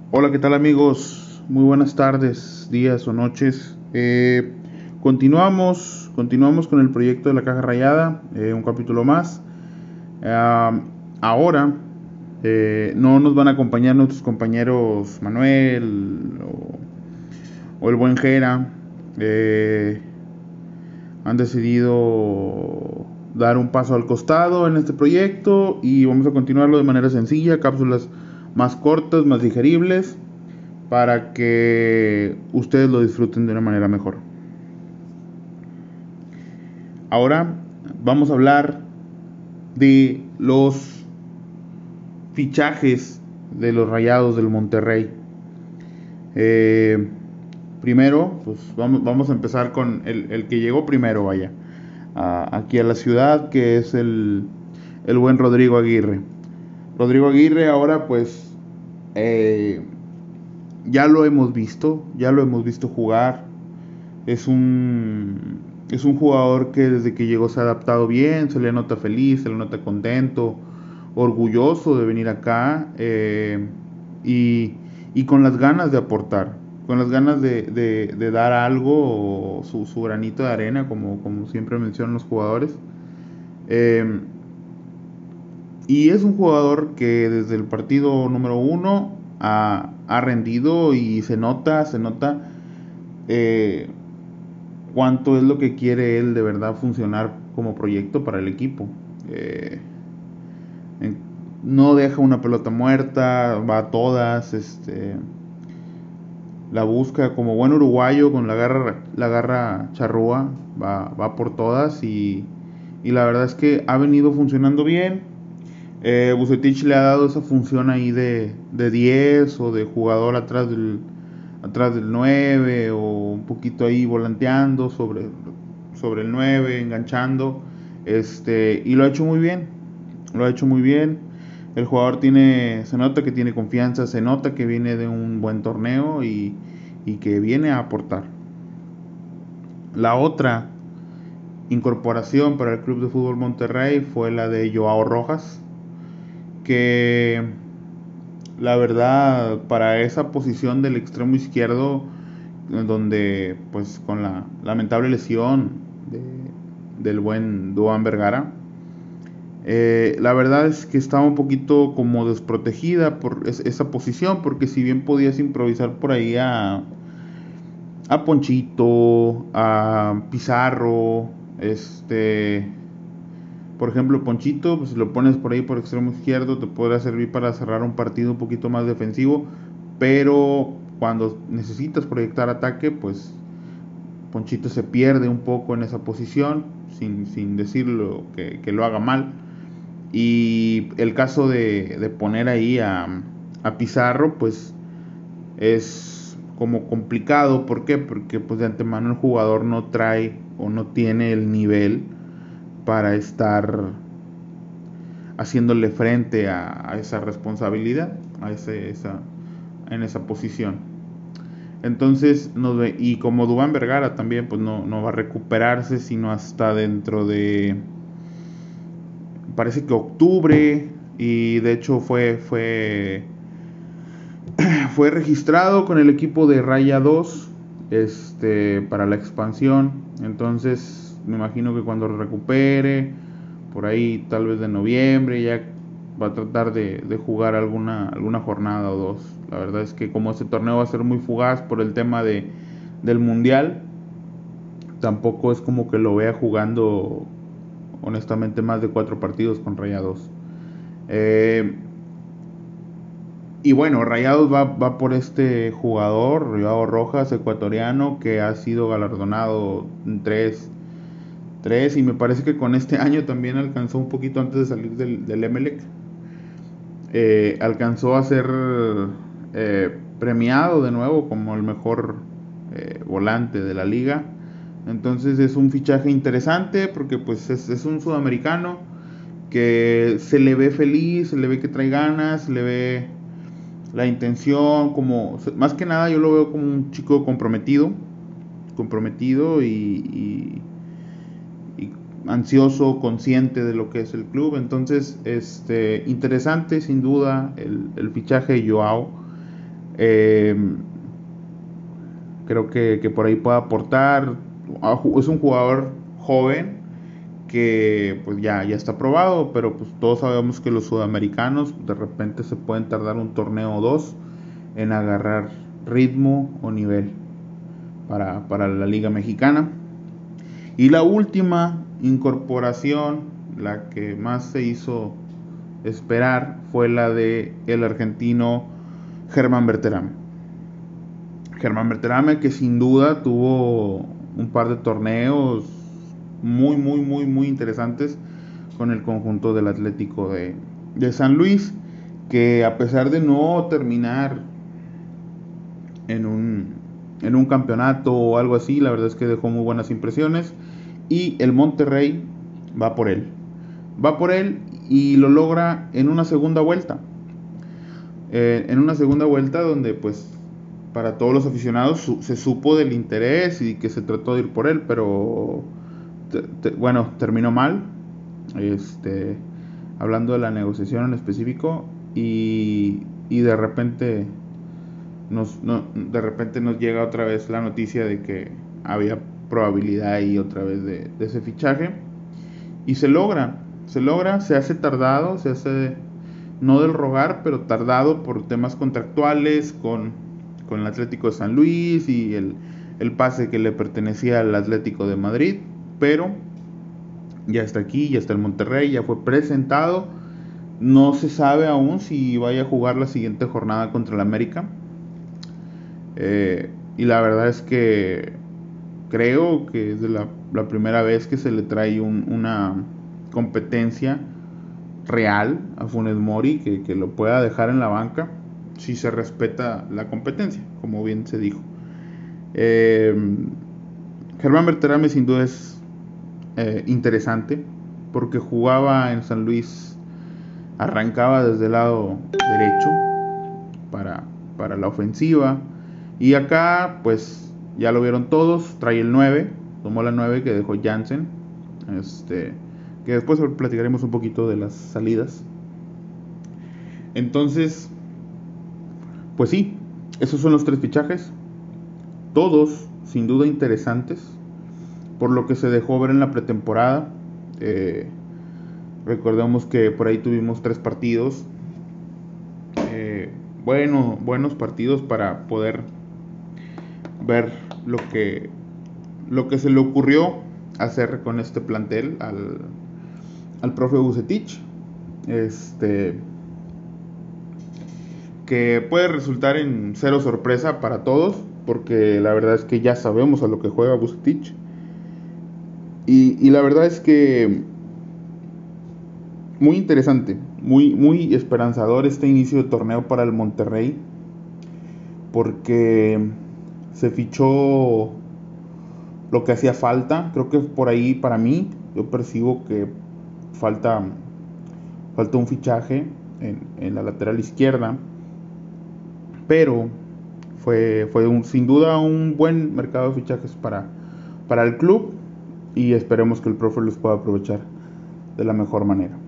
Hola, ¿qué tal amigos? Muy buenas tardes, días o noches. Continuamos con el proyecto de la Caja Rayada, un capítulo más. Ahora no nos van a acompañar nuestros compañeros Manuel o el buen Jera. Eh, Han decidido dar un paso al costado en este proyecto y vamos a continuarlo de manera sencilla, cápsulas más cortas, más digeribles, para que ustedes lo disfruten de una manera mejor. Ahora vamos a hablar de los fichajes de los Rayados del Monterrey. Eh, Primero, pues vamos a empezar con el que llegó primero, vaya, aquí a la ciudad, que es el buen Rodrigo Aguirre. Rodrigo Aguirre ahora pues eh, ya lo hemos visto jugar. Es un jugador que desde que llegó se ha adaptado bien, se le nota feliz, se le nota contento, orgulloso de venir acá, y con las ganas de aportar, con las ganas de dar algo, su granito de arena, como siempre mencionan los jugadores. Eh, y es un jugador que desde el partido número uno ha rendido y se nota eh, cuánto es lo que quiere él de verdad funcionar como proyecto para el equipo. Eh, no deja una pelota muerta, va a todas, la busca como buen uruguayo con la garra charrúa, va por todas y la verdad es que ha venido funcionando bien. Vucetich le ha dado esa función ahí de 10 o de jugador atrás del 9 o un poquito ahí volanteando sobre el 9 enganchando, y lo ha hecho muy bien, lo ha hecho muy bien. El jugador se nota que tiene confianza, se nota que viene de un buen torneo y que viene a aportar. La otra incorporación para el Club de Fútbol Monterrey fue la de Joao Rojas, que la verdad para esa posición del extremo izquierdo, donde pues con la lamentable lesión del buen Duván Vergara, la verdad es que estaba un poquito como desprotegida por esa posición, porque si bien podías improvisar por ahí a Ponchito, a Pizarro, por ejemplo, Ponchito, pues si lo pones por ahí por extremo izquierdo, te podrá servir para cerrar un partido un poquito más defensivo, pero cuando necesitas proyectar ataque, pues Ponchito se pierde un poco en esa posición, sin decirlo que lo haga mal. Y el caso de poner ahí a Pizarro, pues es como complicado. ¿Por qué? Porque pues de antemano el jugador no trae o no tiene el nivel para estar haciéndole frente a esa responsabilidad, en esa posición. Entonces, y como Duván Vergara también, pues no va a recuperarse sino hasta dentro de, parece que octubre, y de hecho fue registrado con el equipo de Raya 2, para la expansión. Entonces, me imagino que cuando recupere, por ahí tal vez de noviembre, ya va a tratar de jugar alguna jornada o dos. La verdad es que como este torneo va a ser muy fugaz por el tema del mundial, tampoco es como que lo vea jugando honestamente más de 4 partidos con Rayados. Y bueno, Rayados va por este jugador, Joao Rojas, ecuatoriano, que ha sido galardonado en tres, y me parece que con este año también alcanzó un poquito antes de salir del Emelec. Alcanzó a ser premiado de nuevo como el mejor volante de la liga. Entonces es un fichaje interesante porque pues es un sudamericano que se le ve feliz, se le ve que trae ganas, se le ve la intención, como más que nada yo lo veo como un chico comprometido y ansioso, consciente de lo que es el club. Entonces, interesante sin duda el fichaje de Joao. Eh, Creo que por ahí puede aportar. Es un jugador joven que pues ya está probado, pero pues todos sabemos que los sudamericanos de repente se pueden tardar un torneo o dos en agarrar ritmo o nivel para la Liga Mexicana. Y la última incorporación, la que más se hizo esperar, fue la de el argentino Germán Berterame. Germán Berterame, que sin duda tuvo un par de torneos muy interesantes con el conjunto del Atlético de San Luis, que a pesar de no terminar en un campeonato o algo así, la verdad es que dejó muy buenas impresiones, y el Monterrey va por él. Va por él y lo logra en una segunda vuelta. En una segunda vuelta donde pues para todos los aficionados se supo del interés y que se trató de ir por él, pero bueno, terminó mal. Hablando de la negociación en específico, y de repente nos llega otra vez la noticia de que había probabilidad ahí otra vez de ese fichaje, y se logra, se hace tardado, se hace no del rogar, pero tardado por temas contractuales con el Atlético de San Luis y el pase que le pertenecía al Atlético de Madrid, pero ya está aquí, ya está el Monterrey, ya fue presentado. No se sabe aún si vaya a jugar la siguiente jornada contra el América. Y la verdad es que creo que es la primera vez que se le trae una competencia real a Funes Mori, que lo pueda dejar en la banca si se respeta la competencia, como bien se dijo. Germán Berterame sin duda es interesante, porque jugaba en San Luis, arrancaba desde el lado derecho para la ofensiva, y acá pues ya lo vieron todos, trae el 9, tomó la 9 que dejó Jansen, que después platicaremos un poquito de las salidas. Entonces, pues sí, esos son los 3 fichajes, todos sin duda interesantes por lo que se dejó ver en la pretemporada. Recordemos que por ahí tuvimos 3 partidos, buenos partidos para poder ver lo que se le ocurrió hacer con este plantel al profe Vucetich, que puede resultar en cero sorpresa para todos, porque la verdad es que ya sabemos a lo que juega Vucetich, y la verdad es que muy interesante, muy esperanzador este inicio de torneo para el Monterrey, porque se fichó lo que hacía falta. Creo que por ahí, para mí, yo percibo que falta un fichaje en la lateral izquierda, pero fue sin duda un buen mercado de fichajes para el club, y esperemos que el profe los pueda aprovechar de la mejor manera.